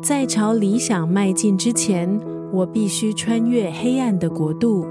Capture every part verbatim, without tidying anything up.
在朝理想迈进之前，我必须穿越黑暗的国度。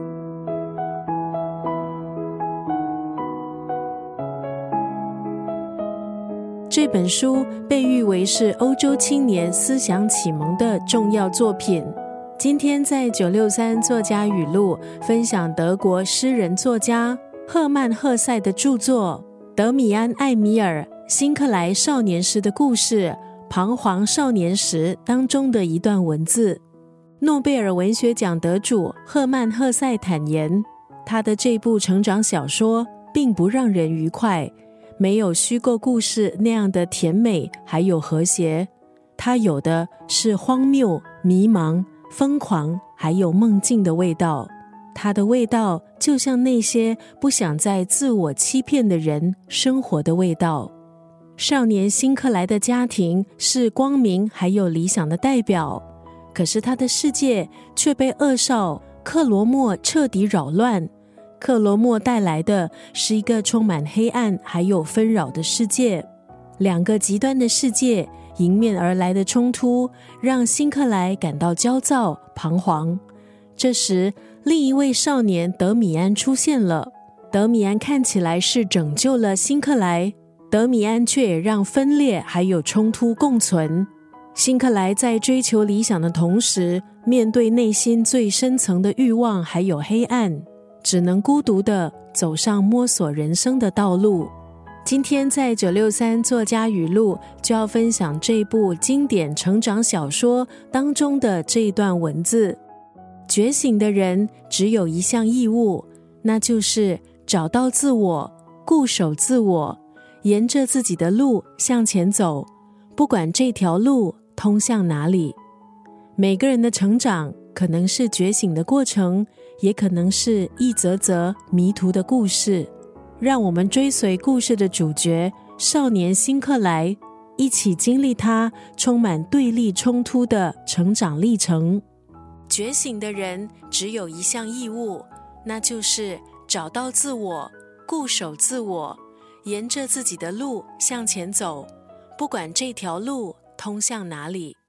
这本书被誉为是欧洲青年思想启蒙的重要作品。今天在九六三作家语录分享德国诗人作家赫曼·赫塞的著作《德米安·艾米尔·辛克莱少年时的故事：彷徨少年时》当中的一段文字。诺贝尔文学奖得主赫曼·赫塞坦言，他的这部成长小说并不让人愉快，没有虚构故事那样的甜美还有和谐，它有的是荒谬、迷茫、疯狂还有梦境的味道。它的味道就像那些不想再自我欺骗的人生活的味道。少年辛克莱的家庭是光明还有理想的代表，可是他的世界却被恶少克罗莫彻底扰乱。克罗莫带来的是一个充满黑暗还有纷扰的世界，两个极端的世界迎面而来的冲突让辛克莱感到焦躁彷徨。这时另一位少年德米安出现了，德米安看起来是拯救了辛克莱，德米安却也让分裂还有冲突共存。辛克莱在追求理想的同时，面对内心最深层的欲望还有黑暗，只能孤独地走上摸索人生的道路。今天在九六三作家语录就要分享这部经典成长小说当中的这一段文字：觉醒的人只有一项义务，那就是找到自我，固守自我，沿着自己的路向前走，不管这条路通向哪里。每个人的成长可能是觉醒的过程，也可能是一则则迷途的故事。让我们追随故事的主角少年辛克莱，一起经历他充满对立冲突的成长历程。觉醒的人只有一项义务，那就是找到自我，固守自我，沿着自己的路向前走，不管这条路通向哪里。